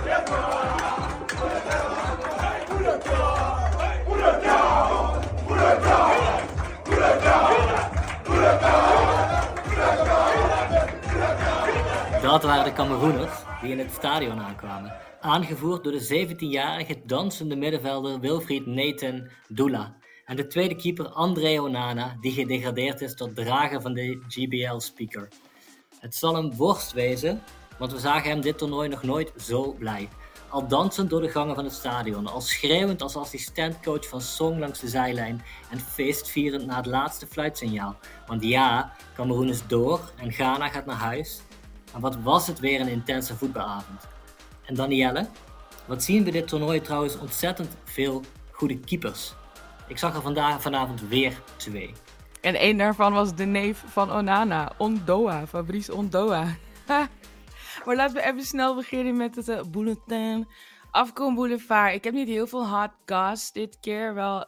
Dat waren de Cameroeners die in het stadion aankwamen. Aangevoerd door de 17-jarige dansende middenvelder Wilfried Nathan Dula. En de tweede keeper André Onana, die gedegradeerd is tot drager van de GBL-speaker. Het zal een worst wezen, want we zagen hem dit toernooi nog nooit zo blij. Al dansend door de gangen van het stadion, al schreeuwend als assistentcoach van Song langs de zijlijn en feestvierend na het laatste fluitsignaal. Want ja, Cameroen is door en Ghana gaat naar huis. En wat was het weer een intense voetbalavond. En Danielle, wat zien we dit toernooi trouwens ontzettend veel goede keepers. Ik zag er vanavond weer 2. En één daarvan was de neef van Onana, Ondoa, Fabrice Ondoa. Maar laten we even snel beginnen met het bulletin. Afcon Boulevard. Ik heb niet heel veel hot goss dit keer. Wel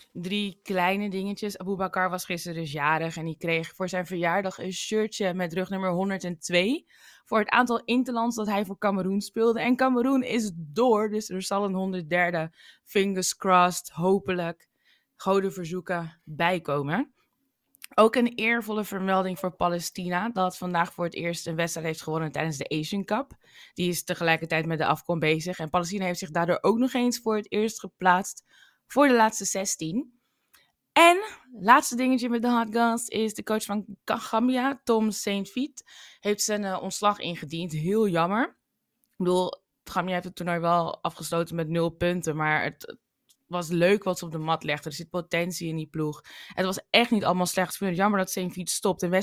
3 kleine dingetjes. Aboubakar was gisteren dus jarig en die kreeg voor zijn verjaardag een shirtje met rugnummer 102. Voor het aantal interlands dat hij voor Cameroen speelde. En Cameroen is door, dus er zal een 103e, fingers crossed, hopelijk, goden verzoeken, bijkomen. Ook een eervolle vermelding voor Palestina, dat vandaag voor het eerst een wedstrijd heeft gewonnen tijdens de Asian Cup. Die is tegelijkertijd met de AFCON bezig. En Palestina heeft zich daardoor ook nog eens voor het eerst geplaatst voor de laatste 16. En, laatste dingetje met de hot goss is de coach van Gambia, Tom Saintfiet, heeft zijn ontslag ingediend. Heel jammer. Ik bedoel, Gambia heeft het toernooi wel afgesloten met 0 punten, maar het was leuk wat ze op de mat legden. Er zit potentie in die ploeg. Het was echt niet allemaal slecht. Ik vind het jammer dat Saintfiet stopt. En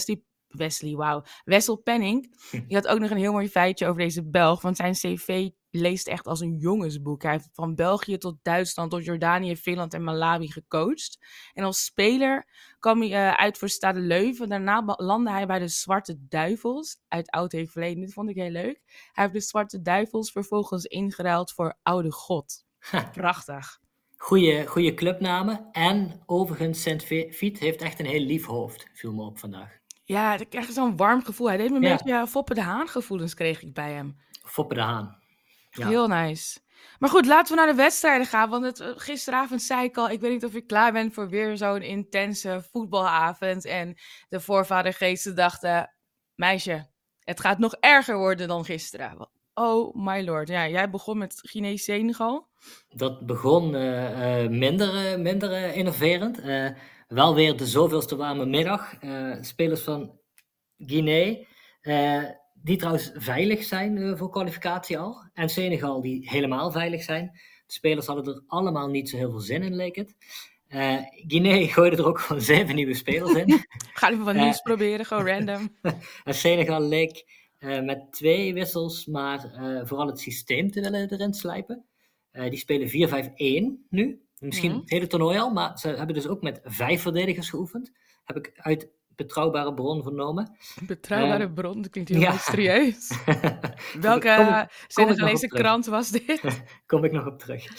Wessel Penning, die had ook nog een heel mooi feitje over deze Belg, want zijn cv leest echt als een jongensboek. Hij heeft van België tot Duitsland, tot Jordanië, Finland en Malawi gecoacht. En als speler kwam hij uit voor Stade Leuven. Daarna landde hij bij de Zwarte Duivels uit Oud-Heverlee. Dit vond ik heel leuk. Hij heeft de Zwarte Duivels vervolgens ingeruild voor Oude God. Prachtig. Goeie clubnamen. En overigens, Saint-Fiet heeft echt een heel lief hoofd, viel me op vandaag. Ja, ik krijg zo'n warm gevoel. Hij deed me een beetje Foppe de Haan gevoelens kreeg ik bij hem. Foppe de Haan. Ja. Heel nice. Maar goed, laten we naar de wedstrijden gaan. Want gisteravond zei ik al, ik weet niet of ik klaar ben voor weer zo'n intense voetbalavond. En de voorvadergeesten dachten, meisje, het gaat nog erger worden dan gisteren. Oh my lord. Ja, jij begon met Guinea-Senegal. Dat begon minder innoverend. Wel weer de zoveelste warme middag. Spelers van Guinea, die trouwens veilig zijn voor kwalificatie al. En Senegal, die helemaal veilig zijn. De spelers hadden er allemaal niet zo heel veel zin in, leek het. Guinea gooide er ook gewoon 7 nieuwe spelers in. Ga even wat nieuws proberen, gewoon random. En Senegal leek met 2 wissels, maar vooral het systeem te willen erin slijpen. Die spelen 4-5-1 nu. Misschien het hele toernooi al, maar ze hebben dus ook met 5 verdedigers geoefend. Heb ik uit betrouwbare bron vernomen. Betrouwbare bron, dat klinkt heel mysterieus. Welke Senegalese krant was dit? Kom ik nog op terug.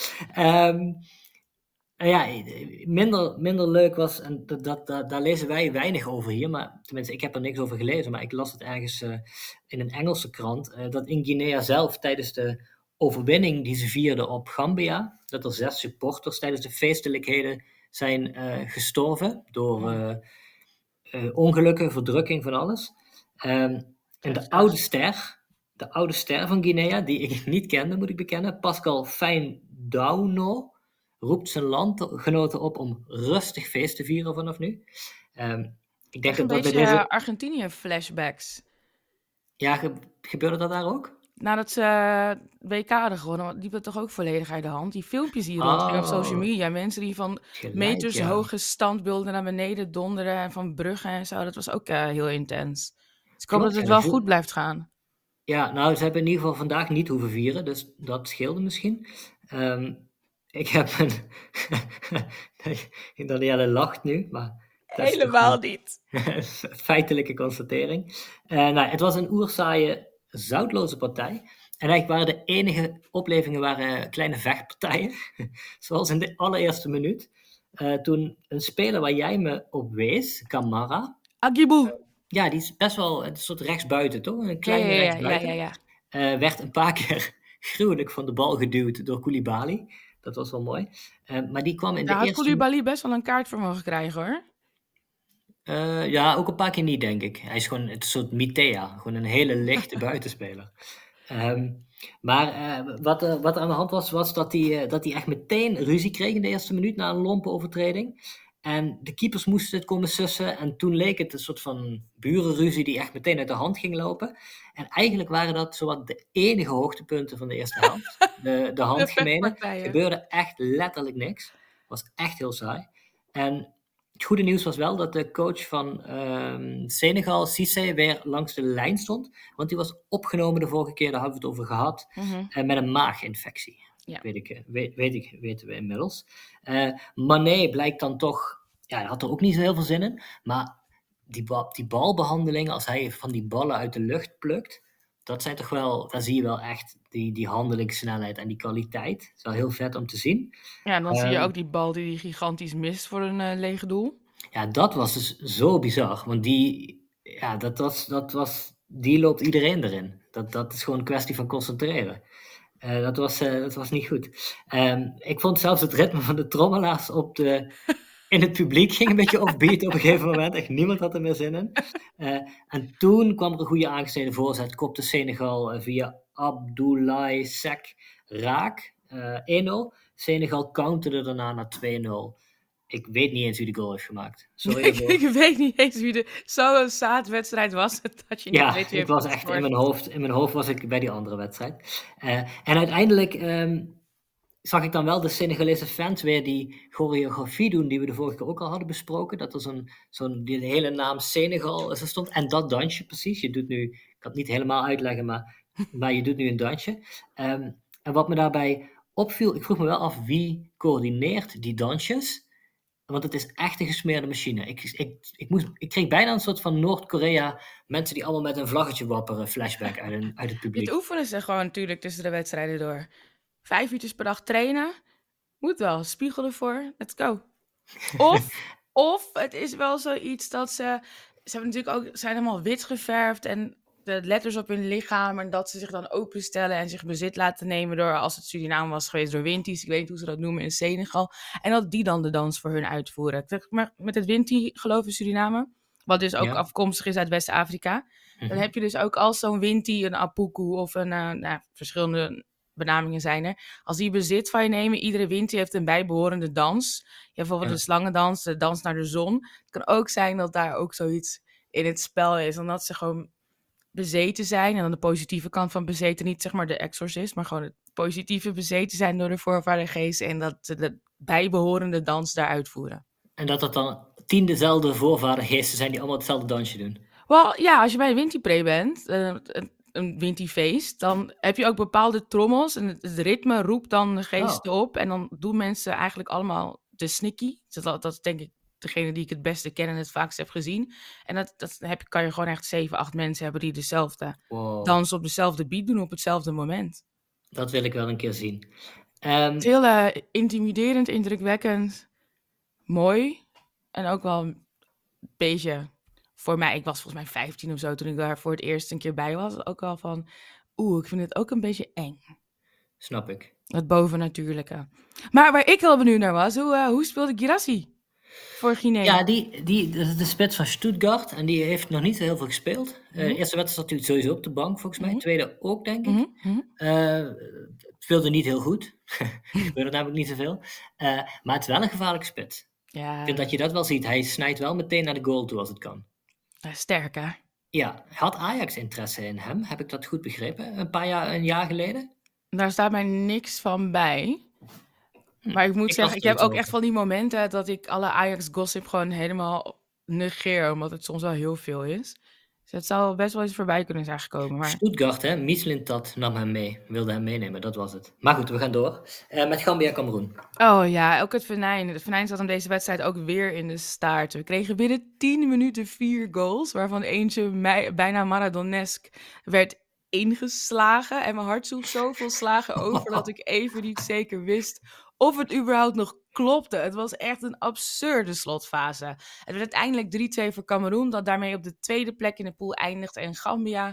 Minder leuk was, en daar lezen wij weinig over hier, maar tenminste, ik heb er niks over gelezen, maar ik las het ergens in een Engelse krant, dat in Guinea zelf tijdens de overwinning die ze vierden op Gambia, dat er 6 supporters tijdens de feestelijkheden zijn gestorven door ongelukken, verdrukking, van alles. En de oude ster van Guinea, die ik niet kende, moet ik bekennen, Pascal Feindouno, roept zijn landgenoten op om rustig feest te vieren vanaf nu. Ik denk dat bij deze Argentinië-flashbacks. Ja, gebeurde dat daar ook? Nadat ze WK hadden gewonnen, liep het toch ook volledig uit de hand. Die filmpjes hier rondgingen op social media. Mensen die van meters hoge standbeelden naar beneden donderen en van bruggen en zo. Dat was ook heel intens. Dus ik hoop dat het wel goed blijft gaan. Ja, nou, ze hebben in ieder geval vandaag niet hoeven vieren, dus dat scheelde misschien. Ik heb Danielle lacht nu, maar helemaal niet. Feitelijke constatering. Het was een oerzaaie, zoutloze partij. En eigenlijk waren de enige oplevingen kleine vechtpartijen. Zoals in de allereerste minuut. Toen een speler waar jij me op wees, Kamara. Agibou. Ja, die is best wel een soort rechtsbuiten, toch? Een kleine rechtsbuiten. Ja. Werd een paar keer gruwelijk van de bal geduwd door Koulibaly. Dat was wel mooi. Maar die kwam in Daar de had eerste... Koulibaly best wel een kaart voor mogen krijgen, hoor. Ja, ook een paar keer niet, denk ik. Hij is gewoon een soort Mitea. Gewoon een hele lichte buitenspeler. Ehm, maar wat er aan de hand was dat hij echt meteen ruzie kreeg in de eerste minuut na een lompe overtreding. En de keepers moesten het komen sussen. En toen leek het een soort van burenruzie die echt meteen uit de hand ging lopen. En eigenlijk waren dat zowat de enige hoogtepunten van de eerste helft. De De handgemenen. vechtpartijen. Gebeurde echt letterlijk niks. Was echt heel saai. En het goede nieuws was wel dat de coach van Senegal, Cissé, weer langs de lijn stond. Want die was opgenomen de vorige keer, daar hebben we het over gehad, met een maaginfectie. Ja. Weten we inmiddels. Mané blijkt dan toch, ja, hij had er ook niet zo heel veel zin in. Maar die balbehandelingen, als hij van die ballen uit de lucht plukt, dat zijn toch wel, daar zie je wel echt die handelingssnelheid en die kwaliteit. Dat is wel heel vet om te zien. Ja, en dan zie je ook die bal die hij gigantisch mist voor een lege doel. Ja, dat was dus zo bizar. Want die loopt iedereen erin. Dat is gewoon een kwestie van concentreren. Dat was niet goed. Ik vond zelfs het ritme van de trommelaars in het publiek ging een beetje offbeat op een gegeven moment. Echt niemand had er meer zin in. En toen kwam er een goede aangesneden voorzet. Kopte Senegal via Abdoulaye Seck raak. 1-0. Senegal counterde daarna naar 2-0. Ik weet niet eens wie de goal heeft gemaakt. Sorry daarvoor. Ik weet niet eens wie zo'n zaadwedstrijd was het dat je niet Ja, weet wie ik was echt in mijn hoofd was ik bij die andere wedstrijd. En uiteindelijk zag ik dan wel de Senegalese fans weer die choreografie doen die we de vorige keer ook al hadden besproken. Dat er die hele naam Senegal stond. En dat dansje precies. Je doet nu, ik kan het niet helemaal uitleggen, maar je doet nu een dansje. En wat me daarbij opviel, ik vroeg me wel af wie coördineert die dansjes. Want het is echt een gesmeerde machine. Ik kreeg bijna een soort van Noord-Korea, mensen die allemaal met een vlaggetje wapperen, flashback uit het publiek. Dit oefenen ze gewoon natuurlijk tussen de wedstrijden door. 5 uurtjes per dag trainen. Moet wel, spiegel ervoor, let's go. Of het is wel zoiets dat ze hebben natuurlijk ook, zijn helemaal wit geverfd en de letters op hun lichaam en dat ze zich dan openstellen en zich bezit laten nemen door, als het Suriname was geweest, door Winties, ik weet niet hoe ze dat noemen in Senegal, en dat die dan de dans voor hun uitvoeren. Maar met het Winti geloof in Suriname, wat dus ook afkomstig is uit West-Afrika, dan heb je dus ook als zo'n Winti, een Apuku of verschillende benamingen zijn er. Als die bezit van je nemen, iedere Winti heeft een bijbehorende dans. Je hebt bijvoorbeeld de slangendans, de dans naar de zon. Het kan ook zijn dat daar ook zoiets in het spel is, omdat ze gewoon bezeten zijn. En dan de positieve kant van bezeten, niet zeg maar de exorcist, maar gewoon het positieve bezeten zijn door de voorvadergeest en dat ze de bijbehorende dans daar uitvoeren. En dat dan 10 dezelfde voorvadergeesten zijn die allemaal hetzelfde dansje doen. Wel, ja, als je bij een Winti-pre bent, een Winti-feest, dan heb je ook bepaalde trommels en het ritme roept dan de geesten op en dan doen mensen eigenlijk allemaal de snikkie. Dat is denk ik degene die ik het beste ken en het vaakst heb gezien. En kan je gewoon echt 7, 8 mensen hebben die dezelfde dans op dezelfde beat doen op hetzelfde moment. Dat wil ik wel een keer zien. Het is heel intimiderend, indrukwekkend, mooi en ook wel een beetje voor mij. Ik was volgens mij 15 of zo toen ik daar voor het eerst een keer bij was. Ook wel van, ik vind het ook een beetje eng. Snap ik. Het bovennatuurlijke. Maar waar ik heel benieuwd naar was, hoe speelde Guirassy voor Guinea? Ja, dat is de spits van Stuttgart en die heeft nog niet zo heel veel gespeeld. Eerste wedstrijd zat hij sowieso op de bank, volgens mij. Tweede ook, denk ik. Speelde niet heel goed. Er gebeurde namelijk niet zoveel. Maar het is wel een gevaarlijke spits. Ja. Ik vind dat je dat wel ziet. Hij snijdt wel meteen naar de goal toe als het kan. Sterk, hè? Ja, had Ajax interesse in hem? Heb ik dat goed begrepen? Een jaar geleden? Daar staat mij niks van bij. Maar ik moet zeggen, ik heb ook echt van die momenten dat ik alle Ajax-gossip gewoon helemaal negeer, omdat het soms wel heel veel is. Dus het zou best wel eens voorbij kunnen zijn gekomen. Maar... Stuttgart, hè? Mislintat nam hem mee. Wilde hem meenemen, dat was het. Maar goed, we gaan door. Met Gambia-Cameroen. Oh ja, ook het venijn. Het venijn zat aan deze wedstrijd ook weer in de staart. We kregen binnen 10 minuten 4 goals, waarvan eentje bijna Maradonesk werd ingeslagen. En mijn hart sloeg zoveel slagen over dat ik even niet zeker wist of het überhaupt nog klopte. Het was echt een absurde slotfase. Het werd uiteindelijk 3-2 voor Cameroen, dat daarmee op de tweede plek in de pool eindigt. En Gambia,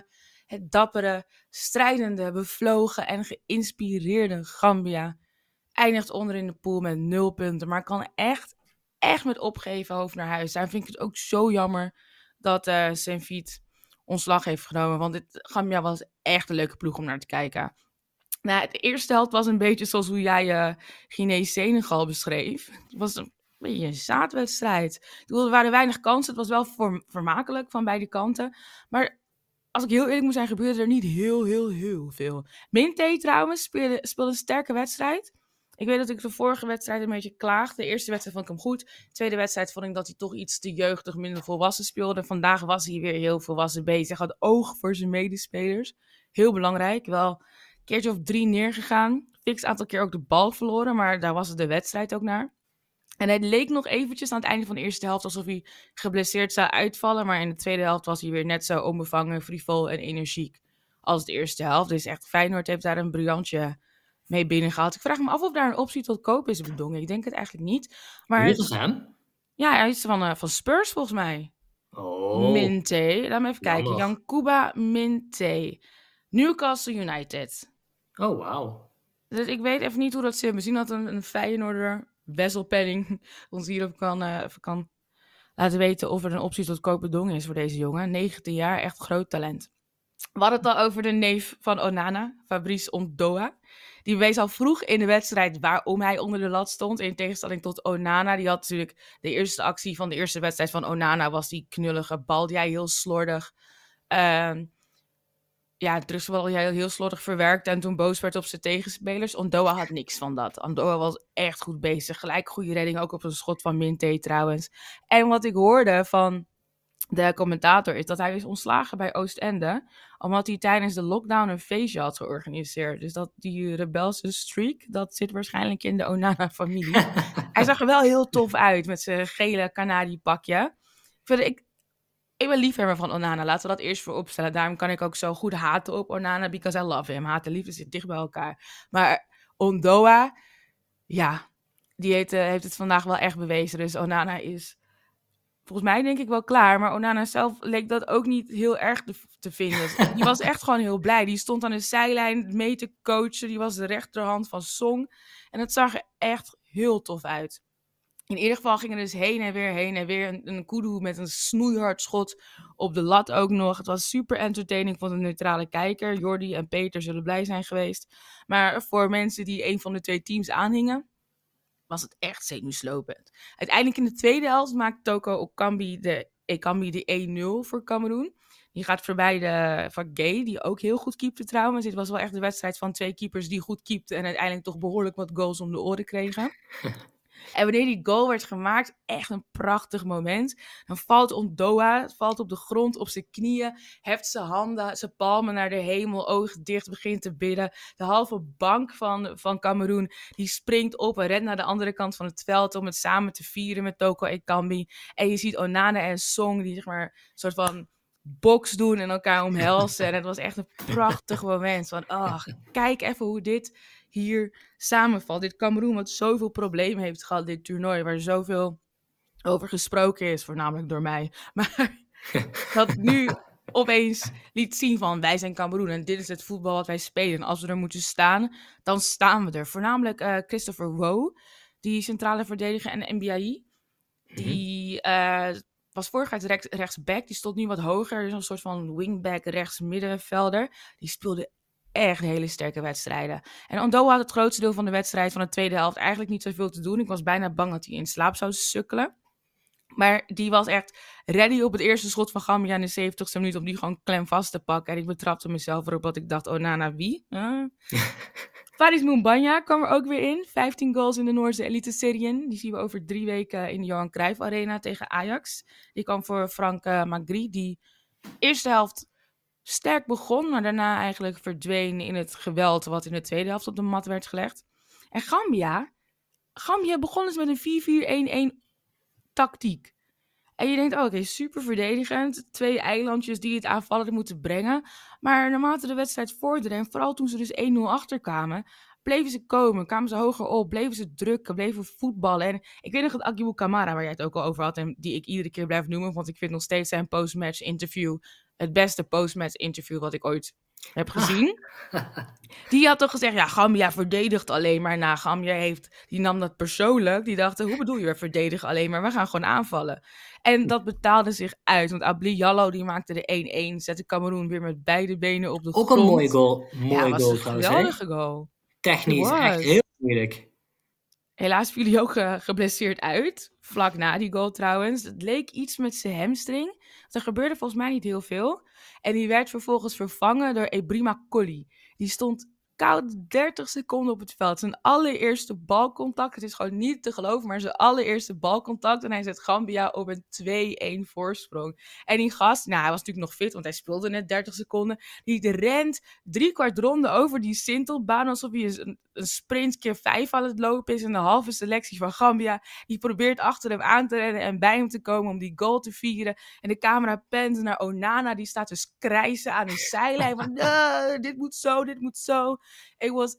Het dappere, strijdende, bevlogen en geïnspireerde Gambia eindigt onder in de pool met 0 punten. Maar kan echt met opgeven hoofd naar huis. Daar vind ik het ook zo jammer dat Saint-Fiet ontslag heeft genomen. Want Gambia was echt een leuke ploeg om naar te kijken. Nou, de eerste helft was een beetje zoals hoe jij Guinea-Senegal beschreef. Het was een beetje een zaadwedstrijd. Er waren weinig kansen. Het was wel vermakelijk van beide kanten. Maar als ik heel eerlijk moet zijn, gebeurde er niet heel veel. Minte trouwens speelde een sterke wedstrijd. Ik weet dat ik de vorige wedstrijd een beetje klaagde. De eerste wedstrijd vond ik hem goed. De tweede wedstrijd vond ik dat hij toch iets te jeugdig, minder volwassen speelde. Vandaag was hij weer heel volwassen bezig. Had oog voor zijn medespelers. Heel belangrijk. Wel een keertje of 3 neergegaan. Fix aantal keer ook de bal verloren, maar daar was het de wedstrijd ook naar. En hij leek nog eventjes aan het einde van de eerste helft alsof hij geblesseerd zou uitvallen. Maar in de tweede helft was hij weer net zo onbevangen, frivol en energiek als de eerste helft. Dus echt Feyenoord heeft daar een briljantje mee binnengehaald. Ik vraag me af of daar een optie tot koop is bedongen. Ik denk het eigenlijk niet. Maar Wie is hem? ja, hij is van Spurs volgens mij. Oh, Minte. Laat me even kijken. jammer. Yankuba Minte. Newcastle United. Oh, wauw. Dus ik weet even niet hoe dat zit. Misschien dat een Feyenoorder, Wessel Penning, ons hierop kan laten weten of er een optie tot koop bedongen is voor deze jongen. 19 jaar, echt groot talent. We hadden het al over de neef van Onana, Fabrice Ondoa. Die wees al vroeg in de wedstrijd waarom hij onder de lat stond. In tegenstelling tot Onana. Die had natuurlijk de eerste actie van de eerste wedstrijd van Onana. Was die knullige bal die hij heel slordig... het drugsbal jij heel slordig verwerkte en toen boos werd op zijn tegenspelers. Ondoa had niks van dat. Ondoa was echt goed bezig. Gelijk goede redding, ook op een schot van Minte trouwens. En wat ik hoorde van de commentator is dat hij is ontslagen bij Oostende, omdat hij tijdens de lockdown een feestje had georganiseerd. Dus dat die rebelse streak, dat zit waarschijnlijk in de Onana-familie. Hij zag er wel heel tof uit met zijn gele Canadi-pakje. Ik ben liefhebber van Onana, laten we dat eerst voor opstellen. Daarom kan ik ook zo goed haten op Onana, because I love him. Haat en liefde zit dicht bij elkaar. Maar Ondoa, ja, die heeft het vandaag wel echt bewezen. Dus Onana is volgens mij denk ik wel klaar. Maar Onana zelf leek dat ook niet heel erg te vinden. Die was echt gewoon heel blij. Die stond aan de zijlijn mee te coachen. Die was de rechterhand van Song. En het zag er echt heel tof uit. In ieder geval ging er dus heen en weer. Een kudu met een snoeihard schot op de lat ook nog. Het was super entertaining voor de neutrale kijker. Jordi en Peter zullen blij zijn geweest. Maar voor mensen die een van de twee teams aanhingen, was het echt zenuwslopend. Uiteindelijk in de tweede helft maakt Toko Ekambi de 1-0 voor Cameroen. Die gaat voorbij van Gay, die ook heel goed keepte trouwens. Dit was wel echt de wedstrijd van 2 keepers die goed keepten en uiteindelijk toch behoorlijk wat goals om de oren kregen. En wanneer die goal werd gemaakt, echt een prachtig moment. Dan valt Ondoa, valt op de grond, op zijn knieën, heft zijn handen, zijn palmen naar de hemel, ogen dicht, begint te bidden. De halve bank van Cameroen, die springt op en rent naar de andere kant van het veld om het samen te vieren met Toko Ekambi. En je ziet Onana en Song, die zeg maar een soort van box doen en elkaar omhelzen. En het was echt een prachtig moment. Van, kijk even hoe dit hier samenvalt. Dit Cameroen wat zoveel problemen heeft gehad, dit toernooi, waar zoveel over gesproken is, voornamelijk door mij. Maar dat nu opeens liet zien van, wij zijn Cameroen en dit is het voetbal wat wij spelen. En als we er moeten staan, dan staan we er. Voornamelijk Christopher Rowe, die centrale verdediger en NBAI. Die was vorig jaar rechtsback. Die stond nu wat hoger. Dus een soort van wingback rechtsmiddenvelder. Die speelde echt hele sterke wedstrijden. En Ondoa had het grootste deel van de wedstrijd van de tweede helft eigenlijk niet zoveel te doen. Ik was bijna bang dat hij in slaap zou sukkelen. Maar die was echt ready op het eerste schot van Gambia in de 70ste minuut om die gewoon klem vast te pakken. En ik betrapte mezelf erop dat ik dacht, Onana wie? Faris Moumbagna kwam er ook weer in. 15 goals in de Noorse Elite Serie. Die zien we over 3 weken in de Johan Cruijff Arena tegen Ajax. Die kwam voor Frank Magri, die eerste helft sterk begon, maar daarna eigenlijk verdween in het geweld wat in de tweede helft op de mat werd gelegd. En Gambia begon dus met een 4-4-1-1 tactiek. En je denkt, oké, super verdedigend. 2 eilandjes die het aanvallen moeten brengen. Maar naarmate de wedstrijd vorderde, en vooral toen ze dus 1-0 achterkwamen, bleven ze komen, kwamen ze hoger op, bleven ze drukken, bleven voetballen. En ik weet nog dat Agibou Camara, waar jij het ook al over had, en die ik iedere keer blijf noemen, want ik vind nog steeds zijn post-match interview het beste postmatch interview wat ik ooit heb gezien. Die had toch gezegd, ja, Gambia verdedigt alleen maar. Nou, Gambia die nam dat persoonlijk. Die dachten, hoe bedoel je, we verdedigen alleen maar? We gaan gewoon aanvallen. En dat betaalde zich uit. Want Abli Jallo, die maakte de 1-1. Zette Cameroen weer met beide benen op de Ook grond. een mooie goal. Ja, was een Trouwens. geweldige goal. Technisch echt heel moeilijk. Helaas viel hij ook geblesseerd uit. Vlak na die goal trouwens. Het leek iets met zijn hamstring. Er gebeurde volgens mij niet heel veel. En die werd vervolgens vervangen door Ebrima Colley. Die stond koud 30 seconden op het veld. Zijn allereerste balcontact. Het is gewoon niet te geloven, maar zijn allereerste balcontact. En hij zet Gambia op een 2-1 voorsprong. En die gast, nou, hij was natuurlijk nog fit, want hij speelde net 30 seconden. Die rent 3/4 ronde over die Sintelbaan, alsof hij een sprint keer 5 aan het lopen is. En de halve selectie van Gambia, die probeert achter hem aan te rennen en bij hem te komen om die goal te vieren. En de camera pent naar Onana, die staat dus krijsen aan de zijlijn van, dit moet zo, dit moet zo. It was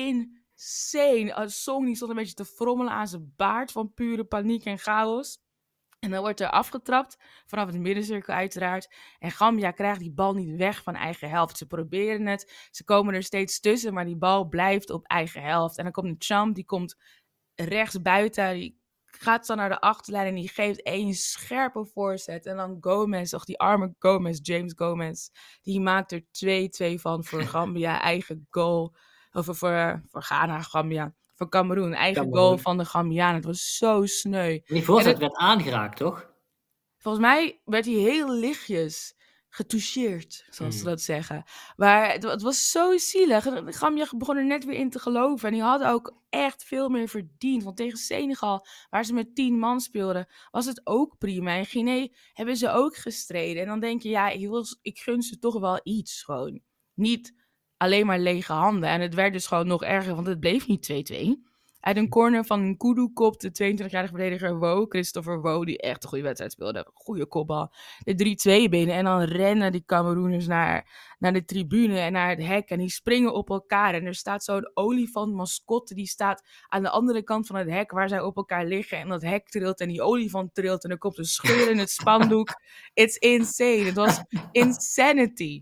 insane. Song die stond een beetje te frommelen aan zijn baard van pure paniek en chaos. En dan wordt er afgetrapt, vanaf het middencirkel uiteraard. En Gambia krijgt die bal niet weg van eigen helft. Ze proberen het, ze komen er steeds tussen, maar die bal blijft op eigen helft. En dan komt een Champ, die komt rechts buiten, die gaat dan naar de achterlijn en die geeft één scherpe voorzet. En dan Gomez, die arme Gomez, James Gomez, die maakt er 2-2 van voor Gambia, eigen goal. Of voor Ghana, Gambia. Voor Cameroen, eigen goal van de Gambianen. Het was zo sneu. Die voorzet werd aangeraakt, toch? Volgens mij werd hij heel lichtjes getoucheerd, zoals ze dat zeggen. Maar het was zo zielig. Gambia begon er net weer in te geloven. En die hadden ook echt veel meer verdiend. Want tegen Senegal, waar ze met 10 man speelden, was het ook prima. En Guinea hebben ze ook gestreden. En dan denk je, ja, ik gun ze toch wel iets gewoon. Niet alleen maar lege handen. En het werd dus gewoon nog erger, want het bleef niet 2-2. Uit een corner van een Kudu kop de 22-jarige verdediger Christopher Wo, die echt een goede wedstrijd speelde. Goede kopbal. De 3-2 binnen. En dan rennen die Cameroeners naar de tribune en naar het hek. En die springen op elkaar. En er staat zo'n olifant mascotte. Die staat aan de andere kant van het hek waar zij op elkaar liggen. En dat hek trilt en die olifant trilt. En er komt een scheur in het spandoek. It's insane. Het was insanity.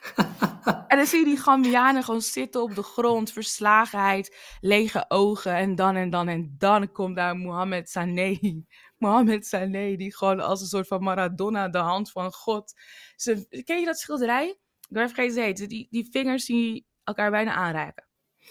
En dan zie je die Gambianen gewoon zitten op de grond, verslagenheid, lege ogen. En dan komt daar Mohamed Sané. Mohamed Sané, die gewoon als een soort van Maradona de hand van God. Ken je dat schilderij? Ik ben even vergeten te heten. Die vingers die elkaar bijna aanraken.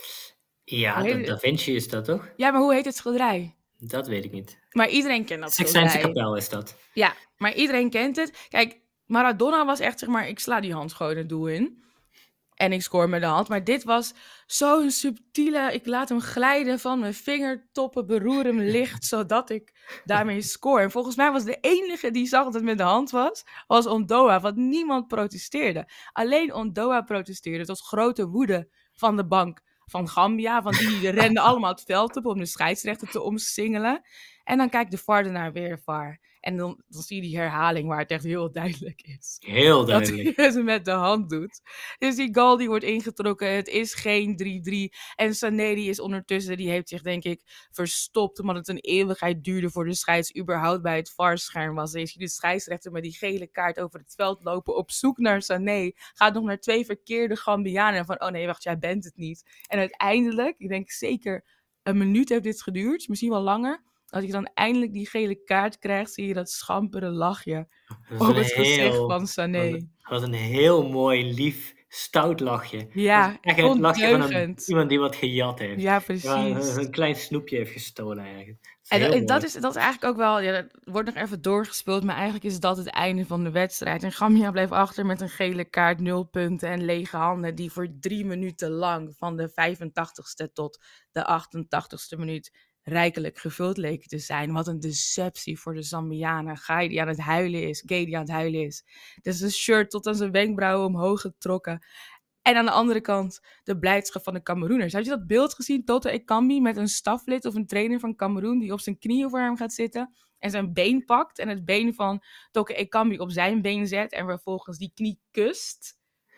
Ja, Da Vinci is dat toch? Ja, maar hoe heet het schilderij? Dat weet ik niet. Maar iedereen kent dat schilderij. Sixtijnse kapel is dat. Ja, maar iedereen kent het. Kijk, Maradona was echt, zeg maar, ik sla die hand gewoon het doel in. En ik scoor met de hand. Maar dit was zo'n subtiele, ik laat hem glijden van mijn vingertoppen, beroer hem licht, zodat ik daarmee score. En volgens mij was de enige die zag dat het met de hand was Ondoa, want niemand protesteerde. Alleen Ondoa protesteerde. Het was grote woede van de bank van Gambia, want die renden allemaal het veld op om de scheidsrechter te omsingelen. En dan kijkt de VAR ernaar weer de VAR. En dan zie je die herhaling waar het echt heel duidelijk is. Heel duidelijk. Dat hij het met de hand doet. Dus die goal die wordt ingetrokken. Het is geen 3-3. En Sané die is ondertussen, die heeft zich denk ik verstopt. Omdat het een eeuwigheid duurde voor de scheids überhaupt bij het VAR-scherm was. En je ziet de scheidsrechter met die gele kaart over het veld lopen op zoek naar Sané. Gaat nog naar 2 verkeerde Gambianen. Van, oh nee, wacht, jij bent het niet. En uiteindelijk, ik denk zeker een minuut heeft dit geduurd. Misschien wel langer. Als je dan eindelijk die gele kaart krijgt, zie je dat schampere lachje op het gezicht van Sané. Dat was een heel mooi, lief, stout lachje. Ja, echt het lachje van iemand die wat gejat heeft. Ja, precies. Ja, een klein snoepje heeft gestolen eigenlijk. En dat is eigenlijk ook wel, ja, dat wordt nog even doorgespeeld, maar eigenlijk is dat het einde van de wedstrijd. En Gambia bleef achter met een gele kaart, 0 punten en lege handen, die voor 3 minuten lang, van de 85ste tot de 88ste minuut, rijkelijk gevuld leken te zijn. Wat een deceptie voor de Zambianen. Guy die aan het huilen is, Gay die aan het huilen is. Dus een shirt tot aan zijn wenkbrauwen omhoog getrokken. En aan de andere kant de blijdschap van de Cameroeners. Heb je dat beeld gezien? Toto Ekambi met een staflid of een trainer van Cameroen die op zijn knieën voor hem gaat zitten en zijn been pakt en het been van Toto Ekambi op zijn been zet en vervolgens die knie kust.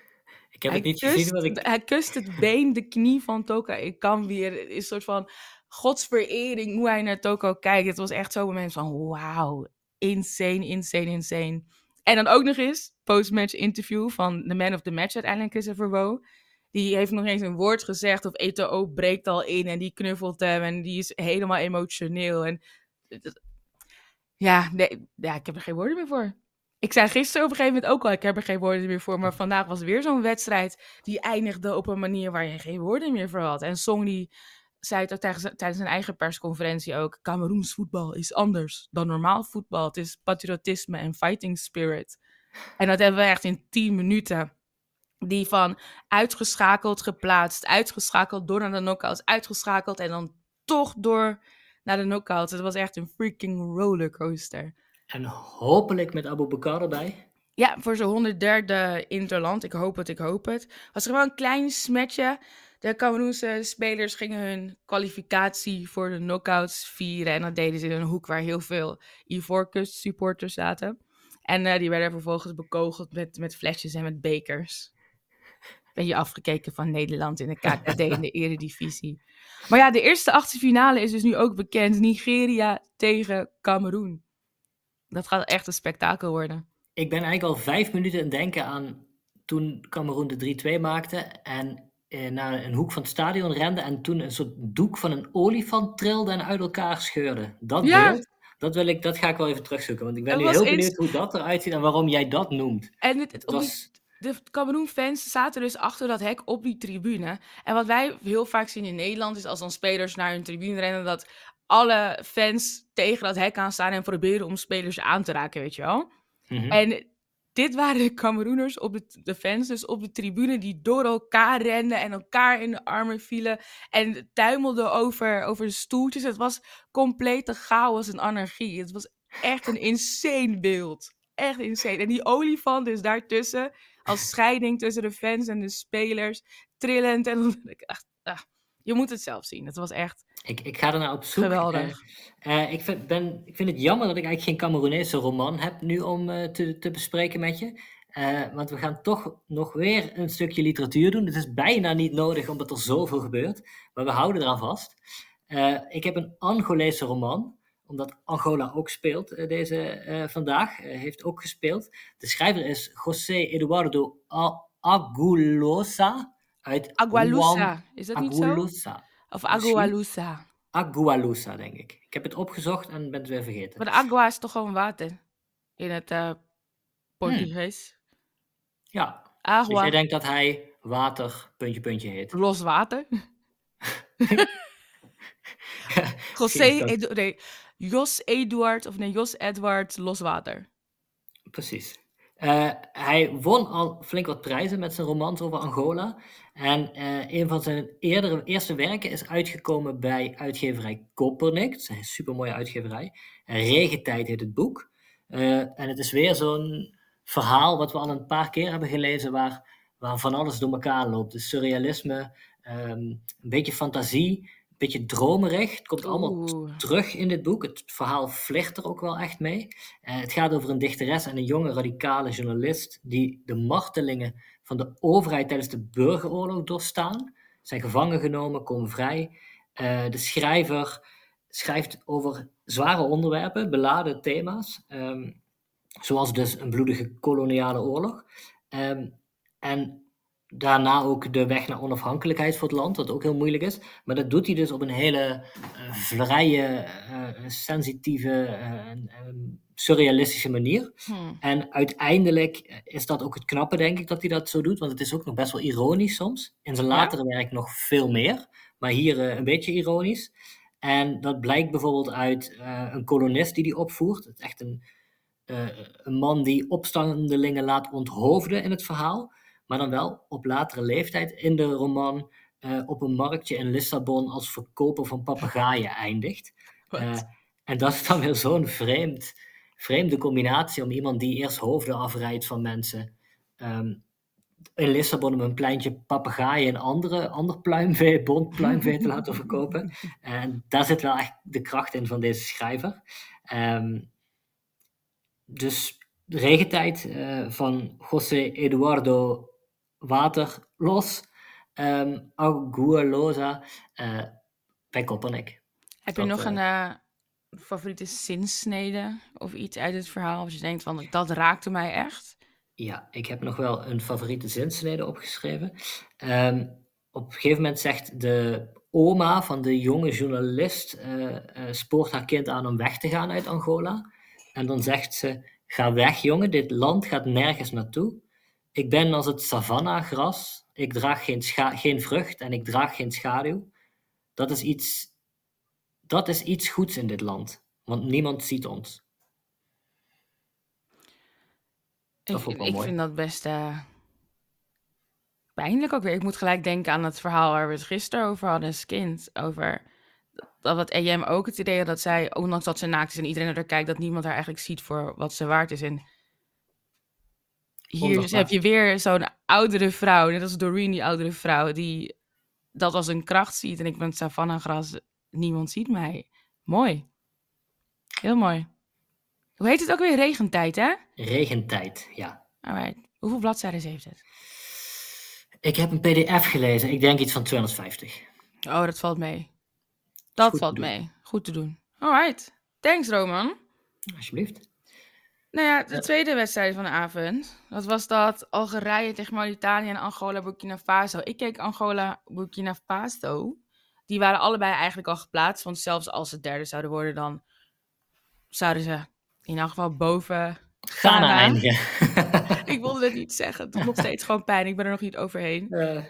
Ik heb het niet gezien. Hij kust het been, de knie van Toto Ekambi. Het is een soort van godsverering hoe hij naar Toko kijkt. Het was echt zo'n moment van wauw, insane. En dan ook nog eens, post-match interview van de man of the match uiteindelijk, Christopher Woe. Die heeft nog eens een woord gezegd of Eto'o breekt al in en die knuffelt hem en die is helemaal emotioneel. En ja, nee, ja, ik heb er geen woorden meer voor. Ik zei gisteren op een gegeven moment ook al, ik heb er geen woorden meer voor. Maar vandaag was weer zo'n wedstrijd die eindigde op een manier waar je geen woorden meer voor had. En Song die zei het ook tijdens zijn eigen persconferentie ook. Cameroens voetbal is anders dan normaal voetbal. Het is patriotisme en fighting spirit. En dat hebben we echt in 10 minuten. Die van uitgeschakeld, geplaatst, uitgeschakeld, door naar de knockouts, uitgeschakeld en dan toch door naar de knockouts. Het was echt een freaking rollercoaster. En hopelijk met Aboubakar erbij. Ja, voor zijn 103e interland. Ik hoop het, ik hoop het. Was gewoon een klein smetje. De Cameroense spelers gingen hun kwalificatie voor de knockouts vieren. En dat deden ze in een hoek waar heel veel Ivoorkust supporters zaten. En die werden vervolgens bekogeld met flesjes en met bekers. Ben je afgekeken van Nederland in de KKD in de Eredivisie. Maar ja, de eerste achtste finale is dus nu ook bekend. Nigeria tegen Cameroen. Dat gaat echt een spektakel worden. Ik ben eigenlijk al 5 minuten aan het denken aan toen Cameroen de 3-2 maakte en naar een hoek van het stadion rende en toen een soort doek van een olifant trilde en uit elkaar scheurde. Dat beeld, dat ga ik wel even terugzoeken, want ik ben nu heel benieuwd hoe dat eruit ziet en waarom jij dat noemt. En de Cameroen-fans zaten dus achter dat hek op die tribune. En wat wij heel vaak zien in Nederland is als dan spelers naar hun tribune rennen, dat alle fans tegen dat hek aan staan en proberen om spelers aan te raken, weet je wel. Mhm. En dit waren de Cameroeners, de fans dus op de tribune, die door elkaar renden en elkaar in de armen vielen en tuimelden over de stoeltjes. Het was complete chaos en anarchie. Het was echt een insane beeld. Echt insane. En die olifant is daartussen, als scheiding tussen de fans en de spelers, trillend. En je moet het zelf zien. Het was echt Ik ga er naar op zoek. Geweldig. Ik vind het jammer dat ik eigenlijk geen Cameroenese roman heb nu om te bespreken met je. Want we gaan toch nog weer een stukje literatuur doen. Het is bijna niet nodig omdat er zoveel gebeurt. Maar we houden eraan vast. Ik heb een Angolese roman, omdat Angola ook speelt vandaag. Heeft ook gespeeld. De schrijver is José Eduardo Aguilosa uit Agualusa, is dat niet zo? Aguilosa. Of Agualusa. Agualusa, denk ik. Ik heb het opgezocht en ben het weer vergeten. Maar de agua is toch gewoon water? In het Portugees. Ja. Agua. Dus jij denkt dat hij water, puntje, puntje heet. Los water? Jos Edward Loswater. Precies. Hij won al flink wat prijzen met zijn romans over Angola. En een van zijn eerste werken is uitgekomen bij uitgeverij Kopernik. Dat is een supermooie uitgeverij. Regentijd heet het boek. En het is weer zo'n verhaal wat we al een paar keer hebben gelezen, waar van alles door elkaar loopt. Dus surrealisme, een beetje fantasie, een beetje dromerig. Het komt allemaal terug in dit boek. Het verhaal vliegt er ook wel echt mee. Het gaat over een dichteres en een jonge radicale journalist die de martelingen van de overheid tijdens de burgeroorlog doorstaan. Zijn gevangen genomen, komen vrij. De schrijver schrijft over zware onderwerpen, beladen thema's. Zoals dus een bloedige koloniale oorlog. En daarna ook de weg naar onafhankelijkheid voor het land, wat ook heel moeilijk is. Maar dat doet hij dus op een hele vrije, sensitieve, surrealistische manier. En uiteindelijk is dat ook het knappe, denk ik, dat hij dat zo doet. Want het is ook nog best wel ironisch soms. In zijn latere werk nog veel meer. Maar hier een beetje ironisch. En dat blijkt bijvoorbeeld uit een kolonist die hij opvoert. Het is echt een man die opstandelingen laat onthoofden in het verhaal. Maar dan wel op latere leeftijd in de roman op een marktje in Lissabon als verkoper van papegaaien eindigt. En dat is dan weer zo'n vreemde combinatie om iemand die eerst hoofden afrijdt van mensen in Lissabon op een pleintje papegaaien en ander pluimvee, bont pluimvee te laten verkopen. En daar zit wel echt de kracht in van deze schrijver. Dus de regentijd van José Eduardo Waterlos, Aguilosa bij Kopernik. Heb je nog een favoriete zinsnede of iets uit het verhaal? Als je denkt van, dat raakte mij echt. Ja, ik heb nog wel een favoriete zinsnede opgeschreven. Op een gegeven moment zegt de oma van de jonge journalist, spoort haar kind aan om weg te gaan uit Angola. En dan zegt ze, ga weg jongen, dit land gaat nergens naartoe. Ik ben als het savannagras, ik draag geen vrucht en ik draag geen schaduw. Dat is iets goeds in dit land, want niemand ziet ons. Dat vond ik wel Ik mooi. vind dat best pijnlijk ook weer. Ik moet gelijk denken aan het verhaal waar we het gisteren over hadden als kind. Over dat wat EM ook het idee had dat zij, ondanks dat ze naakt is en iedereen naar haar kijkt, dat niemand haar eigenlijk ziet voor wat ze waard is. En hier dus heb je weer zo'n oudere vrouw, net als Doreen, die oudere vrouw, die dat als een kracht ziet. En ik ben savannagras, niemand ziet mij. Mooi. Heel mooi. Hoe heet het ook weer? Regentijd, hè? Regentijd, ja. Alright. Hoeveel bladzijden heeft het? Ik heb een pdf gelezen, ik denk iets van 250. Oh, dat valt mee. Dat valt mee. Goed te doen. Alright. Thanks, Roman. Alsjeblieft. Nou ja, de tweede wedstrijd van de avond. Dat was dat Algerije tegen Mauritanië en Angola, Burkina Faso. Ik keek Angola, Burkina Faso. Die waren allebei eigenlijk al geplaatst. Want zelfs als ze derde zouden worden, dan zouden ze in elk geval boven Ghana eindigen. Ik wilde het niet zeggen. Het doet nog steeds gewoon pijn. Ik ben er nog niet overheen.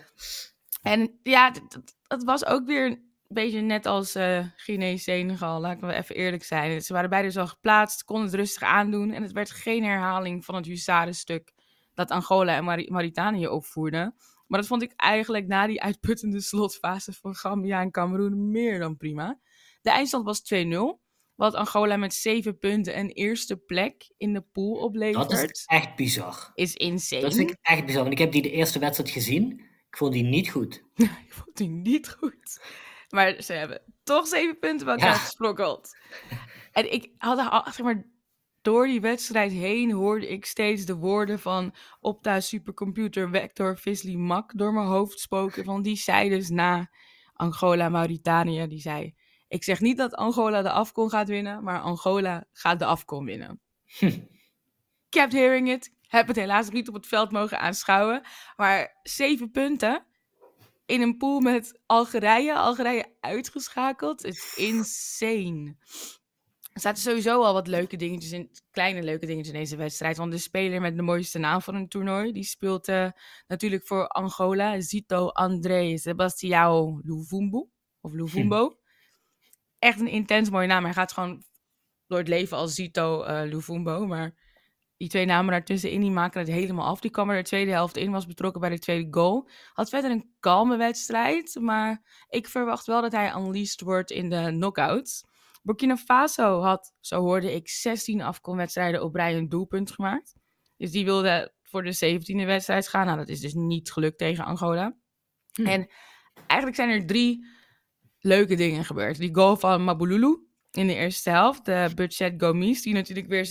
En ja, het was ook weer een beetje net als Guinea-Senegal. Laten we even eerlijk zijn. Ze waren beide zo geplaatst, konden het rustig aandoen. En het werd geen herhaling van het huzarenstuk dat Angola en Mauritanië opvoerden. Maar dat vond ik eigenlijk na die uitputtende slotfase van Gambia en Cameroen meer dan prima. De eindstand was 2-0. Wat Angola met 7 punten een eerste plek in de pool oplevert. Dat is echt bizar. Is insane. Dat vind ik echt bizar. Want ik heb de eerste wedstrijd gezien. Ik vond die niet goed. Ik vond die niet goed. Maar ze hebben toch 7 punten bij elkaar gesprokkeld. En ik had, zeg maar, door die wedstrijd heen hoorde ik steeds de woorden van Opta supercomputer Vector Visley Mak door mijn hoofd spoken. Van die zei dus na Angola, Mauritanië, die zei, ik zeg niet dat Angola de AFCON gaat winnen, maar Angola gaat de AFCON winnen. Kept hearing it. Heb het helaas niet op het veld mogen aanschouwen. Maar 7 punten in een pool met Algerije uitgeschakeld. Het is insane. Er zaten sowieso al wat leuke dingetjes in, kleine leuke dingetjes in deze wedstrijd. Want de speler met de mooiste naam van een toernooi, die speelt natuurlijk voor Angola. Zito André Sebastião Luvumbo. Echt een intens mooie naam. Hij gaat gewoon door het leven als Zito Luvumbo. Maar die 2 namen daartussenin, die maken het helemaal af. Die kwam er de tweede helft in, was betrokken bij de tweede goal. Had verder een kalme wedstrijd, maar ik verwacht wel dat hij unleashed wordt in de knockouts. Burkina Faso had, zo hoorde ik, 16 AFCON-wedstrijden op rij een doelpunt gemaakt. Dus die wilde voor de 17e wedstrijd gaan. Nou, dat is dus niet gelukt tegen Angola. En eigenlijk zijn er 3 leuke dingen gebeurd. Die goal van Mabululu in de eerste helft. De Budget Gomis, die natuurlijk weer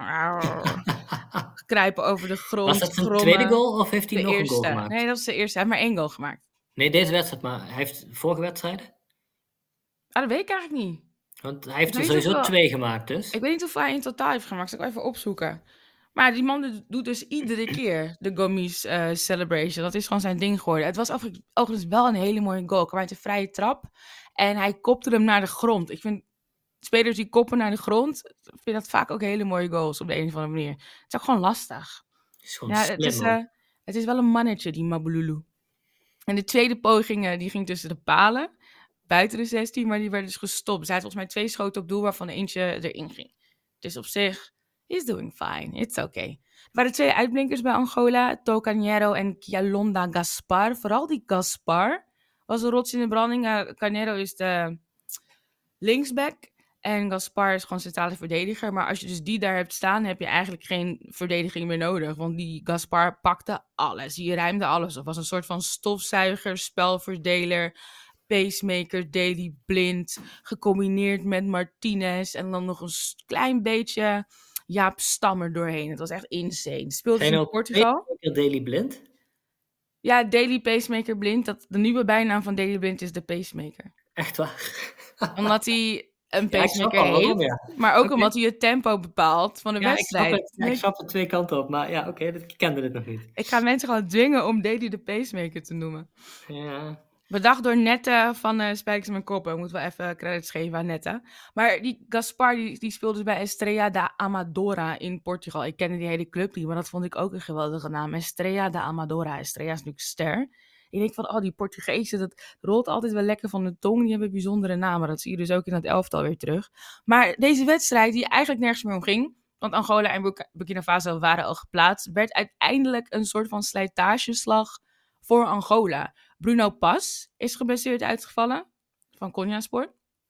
kruipen over de grond. Was dat zijn tweede goal of heeft hij nog een goal gemaakt? Nee, dat is de eerste. Hij heeft maar 1 goal gemaakt. Nee, deze wedstrijd, maar hij heeft vorige wedstrijden? Dat weet ik eigenlijk niet. Want hij heeft er sowieso 2 gemaakt dus. Ik weet niet hoeveel hij in totaal heeft gemaakt. Zal ik even opzoeken. Maar die man doet dus iedere keer de Gomis celebration. Dat is gewoon zijn ding geworden. Het was overigens wel een hele mooie goal. Hij kwam uit de vrije trap. En hij kopte hem naar de grond. Ik vind spelers die koppen naar de grond, ik vind dat vaak ook hele mooie goals op de een of andere manier. Het is ook gewoon lastig. Het is wel een mannetje, die Mabululu. En de tweede poging, die ging tussen de palen, buiten de 16, maar die werd dus gestopt. Dus hij had volgens mij 2 schoten op doel, waarvan eentje erin ging. Dus op zich, he's doing fine. It's okay. Er waren 2 uitblinkers bij Angola, Tocanero en Kialonda Gaspar. Vooral die Gaspar was een rots in de branding. Canero is de linksback. En Gaspar is gewoon centrale verdediger. Maar als je dus die daar hebt staan, heb je eigenlijk geen verdediging meer nodig. Want die Gaspar pakte alles. Die ruimde alles op. Was een soort van stofzuiger, spelverdeler, pacemaker, Daley Blind. Gecombineerd met Martinez. En dan nog een klein beetje Jaap Stammer doorheen. Het was echt insane. Speelde in Portugal. Daley Blind? Ja, Daley Pacemaker Blind. De nieuwe bijnaam van Daley Blind is de Pacemaker. Echt waar? Omdat hij een Ja, ik snap pacemaker al waarom, heeft. ja. Maar ook Oké. omdat hij het tempo bepaalt van de Ja, ik snap wedstrijd. het. Ja, ik snap het twee kanten op. Maar ja, oké, ik kende dit nog niet. Ik ga mensen gewoon dwingen om Dedy de pacemaker te noemen. Ja. Bedacht door Nette van Spijkers en Koppen. Ik moet wel even credits geven aan Nette. Maar die Gaspar die speelde dus bij Estrela da Amadora in Portugal. Ik kende die hele club niet, maar dat vond ik ook een geweldige naam. Estrela da Amadora. Estrela is natuurlijk ster. Ik denk van, die Portugezen, dat rolt altijd wel lekker van de tong. Die hebben bijzondere namen. Dat zie je dus ook in het elftal weer terug. Maar deze wedstrijd, die eigenlijk nergens meer om ging, want Angola en Burkina Faso waren al geplaatst, werd uiteindelijk een soort van slijtageslag voor Angola. Bruno Pas is geblesseerd uitgevallen van Konyaspor.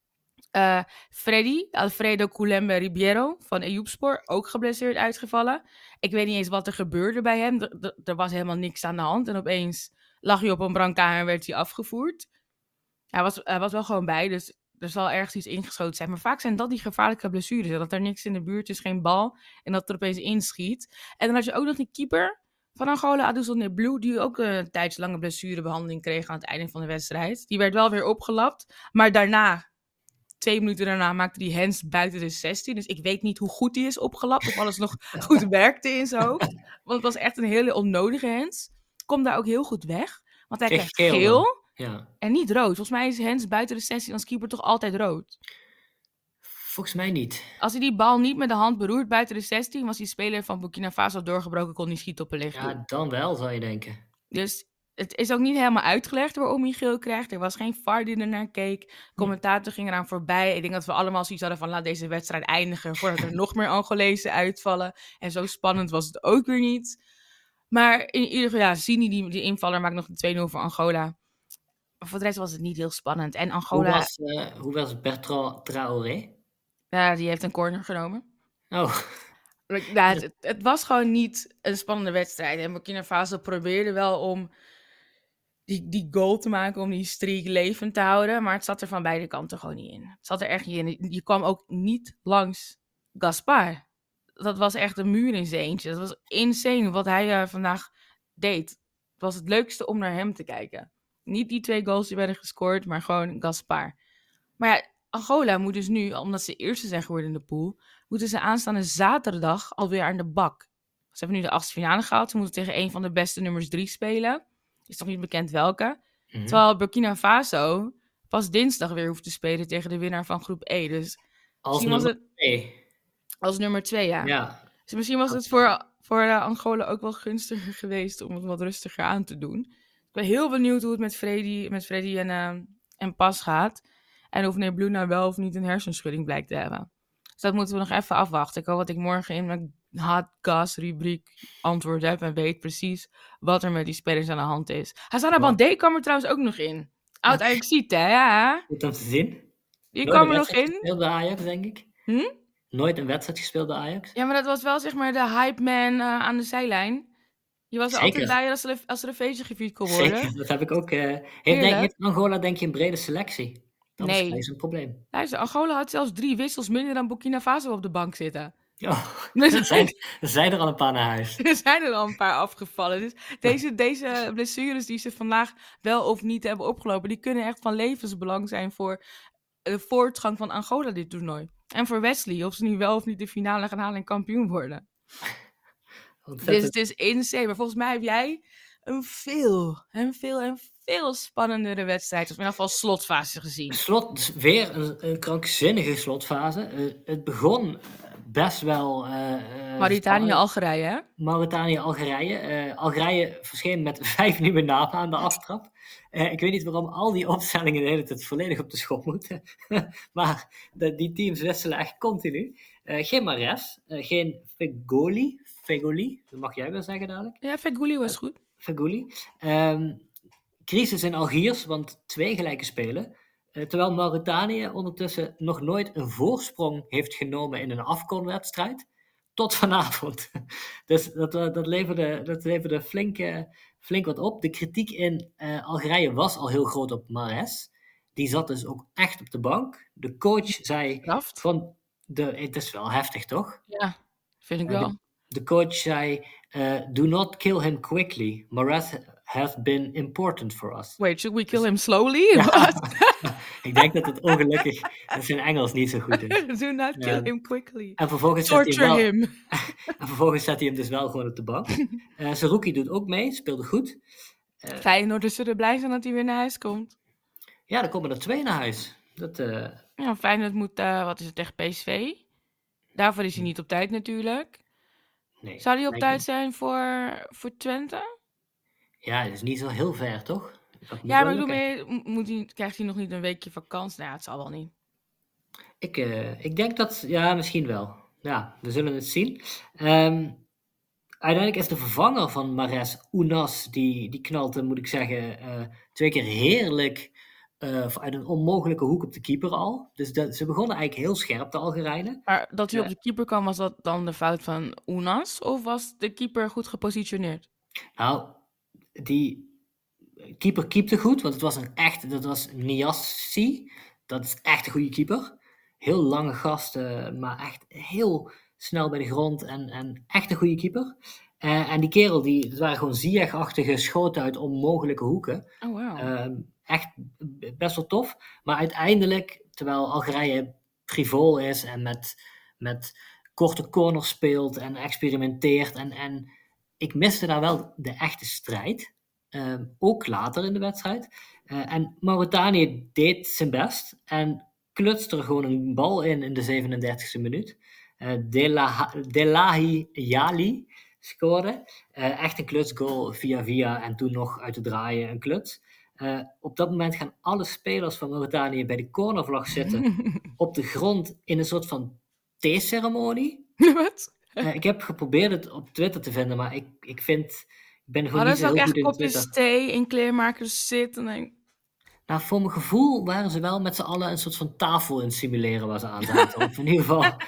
Freddy, Alfredo Kulembe Ribeiro van Eyüpspor, ook geblesseerd uitgevallen. Ik weet niet eens wat er gebeurde bij hem. Er was helemaal niks aan de hand. En opeens lag hij op een brancard en werd hij afgevoerd. Hij was wel gewoon bij, dus er zal ergens iets ingeschoten zijn. Maar vaak zijn dat die gevaarlijke blessures. Dat er niks in de buurt is, geen bal. En dat er opeens inschiet. En dan had je ook nog die keeper van Angola, Adusone Blue, die ook een tijdslange blessurebehandeling kreeg aan het einde van de wedstrijd. Die werd wel weer opgelapt. Maar daarna, 2 minuten daarna, maakte hij hands buiten de 16. Dus ik weet niet hoe goed hij is opgelapt. Of alles nog goed werkte in zijn hoofd. Want het was echt een hele onnodige hands. Komt daar ook heel goed weg. Want hij krijgt geel. Ja. En niet rood. Volgens mij is hands buiten de 16 als keeper toch altijd rood. Volgens mij niet. Als hij die bal niet met de hand beroert buiten de 16, was die speler van Burkina Faso doorgebroken, kon hij schieten op een licht doel. Ja, dan wel, zou je denken. Dus het is ook niet helemaal uitgelegd waarom hij geel krijgt. Er was geen VAR die er naar keek. Commentator ging eraan voorbij. Ik denk dat we allemaal zoiets hadden van, laat deze wedstrijd eindigen voordat er nog meer Angolezen uitvallen. En zo spannend was het ook weer niet. Maar in ieder geval, Zini, die invaller, maakt nog de 2-0 voor Angola. Maar voor de rest was het niet heel spannend. En Angola... Hoe was Bertrand Traoré? Ja, die heeft een corner genomen. Oh. Ja, het was gewoon niet een spannende wedstrijd. En Burkina Faso probeerde wel om die goal te maken, om die streak levend te houden. Maar het zat er van beide kanten gewoon niet in. Het zat er echt niet in. Je kwam ook niet langs Gaspar. Dat was echt een muur in zijn eentje. Dat was insane wat hij vandaag deed. Het was het leukste om naar hem te kijken. Niet die 2 goals die werden gescoord, maar gewoon Gaspar. Maar ja, Angola moet dus nu, omdat ze eerste zijn geworden in de pool, moeten ze aanstaande zaterdag alweer aan de bak. Ze hebben nu de 8e finale gehaald. Ze moeten tegen een van de beste nummers 3 spelen. Is nog niet bekend welke. Mm-hmm. Terwijl Burkina Faso pas dinsdag weer hoeft te spelen tegen de winnaar van groep E. Dus als nummer 2. Als nummer 2, ja. Dus misschien was het voor Angola ook wel gunstiger geweest om het wat rustiger aan te doen. Ik ben heel benieuwd hoe het met Freddy en Pas gaat. En of meneer Blue nou wel of niet een hersenschudding blijkt te hebben. Dus dat moeten we nog even afwachten. Ik hoop dat ik morgen in mijn hot gas rubriek antwoord heb en weet precies wat er met die spelers aan de hand is. Hazana Bandé kwam er trouwens ook nog in. Oud Ajaxiet, hè? Ja. Goed om te zien. Die kwam er nog in. Gespeeld bij Ajax, denk ik. Nooit een wedstrijd gespeeld bij Ajax. Ja, maar dat was wel zeg maar de hype man aan de zijlijn. Je was er altijd bij als er een feestje gevierd kon worden. Zeker, dat heb ik ook. Heeft Angola denk je een brede selectie? Dat is een probleem. Luister, Angola had zelfs 3 wissels minder dan Burkina Faso op de bank zitten. Oh, er zijn er al een paar naar huis. Er zijn er al een paar afgevallen. Dus deze blessures die ze vandaag wel of niet hebben opgelopen, die kunnen echt van levensbelang zijn voor de voortgang van Angola dit toernooi. En voor Wesley, of ze nu wel of niet de finale gaan halen en kampioen worden. Dus het is insane. Maar volgens mij heb jij een veel spannendere wedstrijd. Of in ieder geval slotfase gezien. Weer een krankzinnige slotfase. Het begon best wel... Mauritanië-Algerije, hè? Mauritanië-Algerije. Algerije verscheen met 5 nieuwe namen aan de aftrap. Ik weet niet waarom al die opstellingen de hele tijd volledig op de schop moeten. Maar die teams wisselen echt continu. Geen Mares, geen Fegoli, dat mag jij wel zeggen dadelijk. Ja, Fegoli was goed. Fegoli. Crisis in Algiers, want 2 gelijke spelen. Terwijl Mauritanië ondertussen nog nooit een voorsprong heeft genomen in een AFCON-wedstrijd. Tot vanavond. Dus dat leverde flink wat op. De kritiek in Algerije was al heel groot op Mares. Die zat dus ook echt op de bank. De coach zei... het is wel heftig, toch? Ja, vind ik wel. De coach zei... do not kill him quickly. Mares has been important for us. Wait, should we kill him slowly? Ja, ik denk dat het ongelukkig dat zijn Engels niet zo goed is. Do not kill Ehm, him quickly. en vervolgens Torture him. En vervolgens zet hij hem dus wel gewoon op de bank. Saruki doet ook mee, speelde goed. Feyenoorders zullen blij zijn dat hij weer naar huis komt. Ja, er komen er 2 naar huis. Dat, Ja, Feyenoord moet, wat is het, tegen PSV? Daarvoor is hij niet op tijd natuurlijk. nee, Zou hij op lijkt tijd me- zijn voor Twente? Ja, dat is niet zo heel ver, toch? Dat moet Ja, wel maar ik bedoel, lukken. krijgt hij nog niet een weekje vakantie? Nou, het zal wel niet. Ik denk dat... Ja, misschien wel. Ja, we zullen het zien. Uiteindelijk is de vervanger van Mahrez, Ounas, die knalt, moet ik zeggen, 2 keer heerlijk uit een onmogelijke hoek op de keeper al. Dus ze begonnen eigenlijk heel scherp, de Algerijnen. Maar dat hij op Eh, de keeper kwam, was dat dan de fout van Ounas? Of was de keeper goed gepositioneerd? Nou, die keeper keepte goed, want dat was Niassi. Dat is echt een goede keeper. Heel lange gast, maar echt heel snel bij de grond en echt een goede keeper. En die kerel, dat waren gewoon Ziyech-achtige schoten uit onmogelijke hoeken. Oh, wow. Echt best wel tof. Maar uiteindelijk, terwijl Algerije frivol is en met korte corners speelt en experimenteert. En ik miste daar wel de echte strijd. Ook later in de wedstrijd. En Mauritanië deed zijn best en klutste er gewoon een bal in de 37e minuut. Delahi Yali scoorde. Echt een klutsgoal via en toen nog uit te draaien een kluts. Op dat moment gaan alle spelers van Mauritanië bij de cornervlag zitten op de grond in een soort van theeceremonie. Wat? Ik heb geprobeerd het op Twitter te vinden, maar ik ben gewoon Hadden niet ze zo ook heel echt goed in kopjes Twitter. thee in kleermakers zitten? En... Nou, voor mijn gevoel waren ze wel met z'n allen een soort van tafel in het simuleren waar ze aan zaten. Of in ieder geval.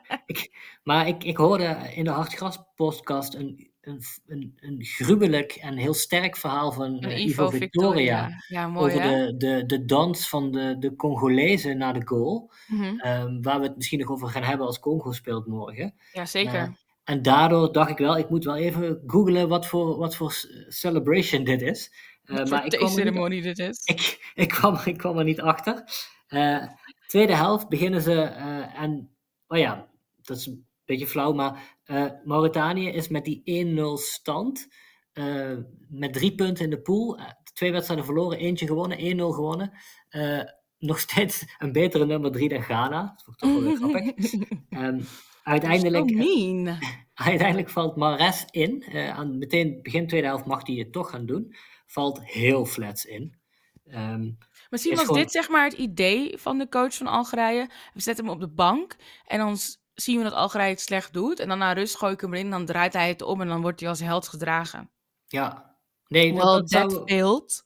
Ik hoorde in de Hartgras podcast een gruwelijk en heel sterk verhaal van Een Ivo Victoria. Ja, mooi Over hè? de dans van de Congolezen na de goal. Mhm. Waar we het misschien nog over gaan hebben als Congo speelt morgen. Ja, zeker. En daardoor dacht ik wel, ik moet wel even googlen wat voor celebration dit is. Wat Maar voor theeceremonie dit is. ik kwam er niet achter. Tweede helft beginnen ze en, oh ja, dat is een beetje flauw, maar Mauritanië is met die 1-0 stand, met 3 punten in de pool, 2 wedstrijden verloren, eentje gewonnen, 1-0 gewonnen. Nog steeds een betere nummer 3 dan Ghana. Dat vond ik toch wel weer grappig. Uiteindelijk, So mean. uiteindelijk valt Mahrez in. Meteen begin tweede helft mag hij het toch gaan doen. Valt heel flats in. Misschien is was gewoon- dit zeg maar het idee van de coach van Algerije. We zetten hem op de bank en dan zien we dat Algerije het slecht doet. En dan na rust gooi ik hem erin en dan draait hij het om en dan wordt hij als held gedragen. Ja. Nee, Well, that failed.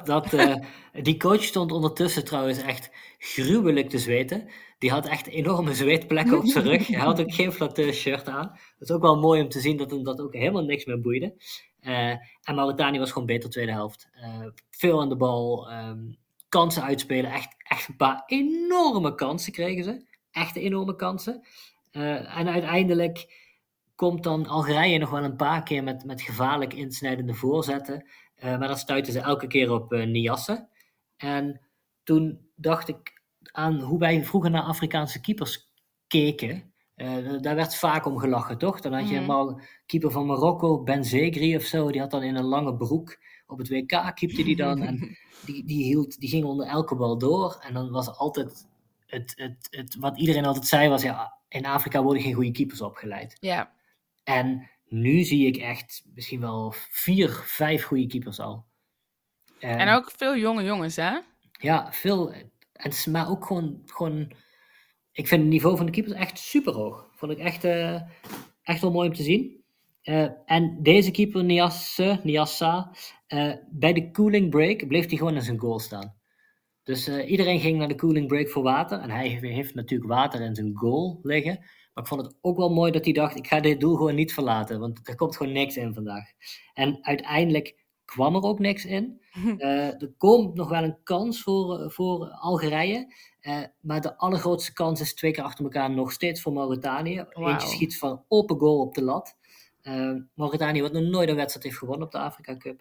Die coach stond ondertussen trouwens echt gruwelijk te zweten. Die had echt enorme zweetplekken op zijn rug. Hij had ook geen flatteur shirt aan. Dat is ook wel mooi om te zien dat hem dat ook helemaal niks meer boeide. En Mauritanië was gewoon beter tweede helft. Veel aan de bal. Kansen uitspelen. Echt een paar enorme kansen kregen ze. Echt enorme kansen. En uiteindelijk komt dan Algerije nog wel een paar keer met gevaarlijk insnijdende voorzetten. Maar dan stuiten ze elke keer op Niasse. En toen dacht ik aan hoe wij vroeger naar Afrikaanse keepers keken. Daar werd vaak om gelachen, toch? Dan had je keeper van Marokko, Ben Zegri of zo. Die had dan in een lange broek op het WK keepte die dan. En die ging onder elke bal door. En dan was altijd wat iedereen altijd zei was, ja, in Afrika worden geen goede keepers opgeleid. Ja. En nu zie ik echt misschien wel 4, 5 goede keepers al. En ook veel jonge jongens, hè? Ja, veel. Maar ook gewoon. Ik vind het niveau van de keepers echt super hoog. Vond ik echt wel mooi om te zien. En deze keeper, Niassa, bij de cooling break bleef hij gewoon in zijn goal staan. Dus iedereen ging naar de cooling break voor water. En hij heeft natuurlijk water in zijn goal liggen. Maar ik vond het ook wel mooi dat hij dacht, ik ga dit doel gewoon niet verlaten. Want er komt gewoon niks in vandaag. En uiteindelijk kwam er ook niks in. Er komt nog wel een kans voor Algerije. Maar de allergrootste kans is 2 keer achter elkaar nog steeds voor Mauritanië. Wow. Eentje schiet van open goal op de lat. Mauritanië wat nog nooit een wedstrijd heeft gewonnen op de Afrika Cup.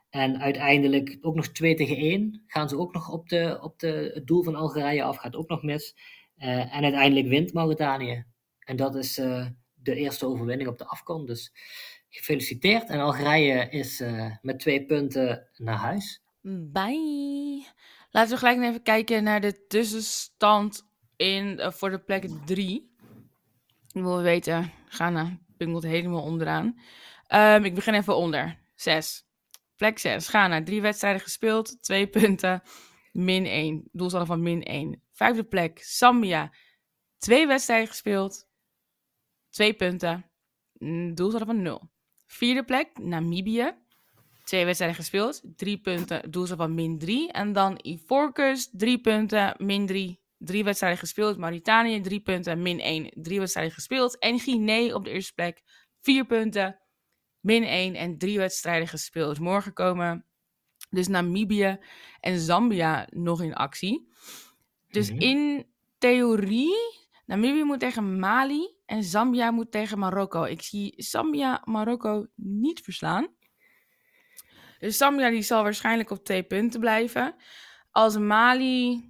En uiteindelijk ook nog 2-1 gaan ze ook nog het doel van Algerije af, gaat ook nog mis. En uiteindelijk wint Mauritanië. En dat is de eerste overwinning op de AFCON. Dus gefeliciteerd. En Algerije is met 2 punten naar huis. Bye. Laten we gelijk even kijken naar de tussenstand voor de plek 3. Ik wil weten, Ghana pingelt helemaal onderaan. Ik begin even onder. 6. Plek 6. Ghana, 3 wedstrijden gespeeld, 2 punten, -1. Doelsaldo van -1. 5e plek, Zambia, 2 wedstrijden gespeeld, 2 punten, doelsaldo van 0. 4e plek, Namibië, 2 wedstrijden gespeeld, 3 punten, doelsaldo van -3. En dan Ivoorkust, 3 punten, -3. 3 wedstrijden gespeeld. Mauritanië, 3 punten, -1. 3 wedstrijden gespeeld. En Guinea op de eerste plek, 4 punten, -1 en 3 wedstrijden gespeeld. Morgen komen dus Namibië en Zambia nog in actie. Dus in theorie, Namibië moet tegen Mali en Zambia moet tegen Marokko. Ik zie Zambia Marokko niet verslaan. Dus Zambia die zal waarschijnlijk op 2 punten blijven. Als Mali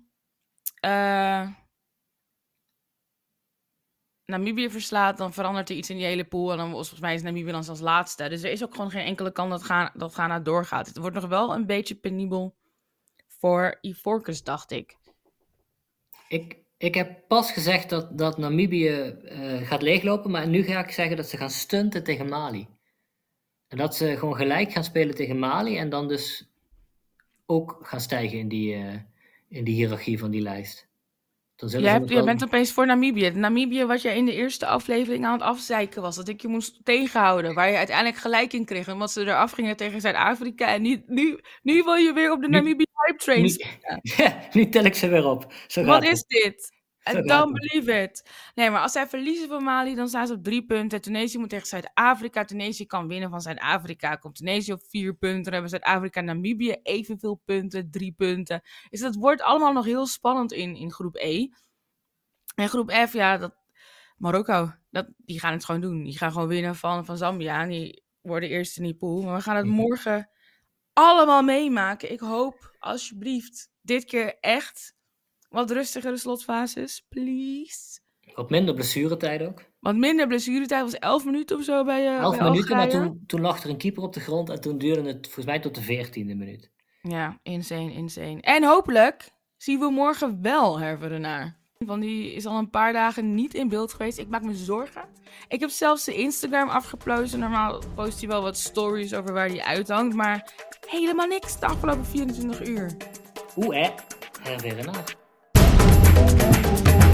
Namibië verslaat, dan verandert er iets in die hele pool. En dan volgens mij is Namibië dan als laatste. Dus er is ook gewoon geen enkele kans dat Ghana doorgaat. Het wordt nog wel een beetje penibel voor Ivoorkust, dacht ik. Ik heb pas gezegd dat Namibië gaat leeglopen. Maar nu ga ik zeggen dat ze gaan stunten tegen Mali. En dat ze gewoon gelijk gaan spelen tegen Mali. En dan dus ook gaan stijgen in die hiërarchie van die lijst. Je bent opeens voor Namibië. Namibië wat je in de eerste aflevering aan het afzeiken was. Dat ik je moest tegenhouden. Waar je uiteindelijk gelijk in kreeg. Omdat ze eraf gingen tegen Zuid-Afrika. En nu wil je weer op de Namibië hype train. Nu tel ik ze weer op. Wat is dit? I don't believe it. Nee, maar als zij verliezen van Mali, dan staan ze op 3 punten. Tunesië moet tegen Zuid-Afrika. Tunesië kan winnen van Zuid-Afrika. Komt Tunesië op 4 punten. Dan hebben Zuid-Afrika en Namibië evenveel punten. 3 punten. Dus dat wordt allemaal nog heel spannend in groep E. En groep F, Marokko, die gaan het gewoon doen. Die gaan gewoon winnen van Zambia. En die worden eerst in die pool. Maar we gaan het morgen allemaal meemaken. Ik hoop, alsjeblieft, dit keer echt wat rustigere slotfases, please. Wat minder blessuretijd ook. Wat minder blessuretijd, was 11 minuten of zo bij 11 minuten, maar toen lag er een keeper op de grond en toen duurde het volgens mij tot de 14e minuut. Ja, insane. En hopelijk zien we morgen wel Hervé Renard. Want die is al een paar dagen niet in beeld geweest. Ik maak me zorgen. Ik heb zelfs de Instagram afgeplozen. Normaal post hij wel wat stories over waar hij uithangt, maar helemaal niks de afgelopen 24 uur. Hervé Renard.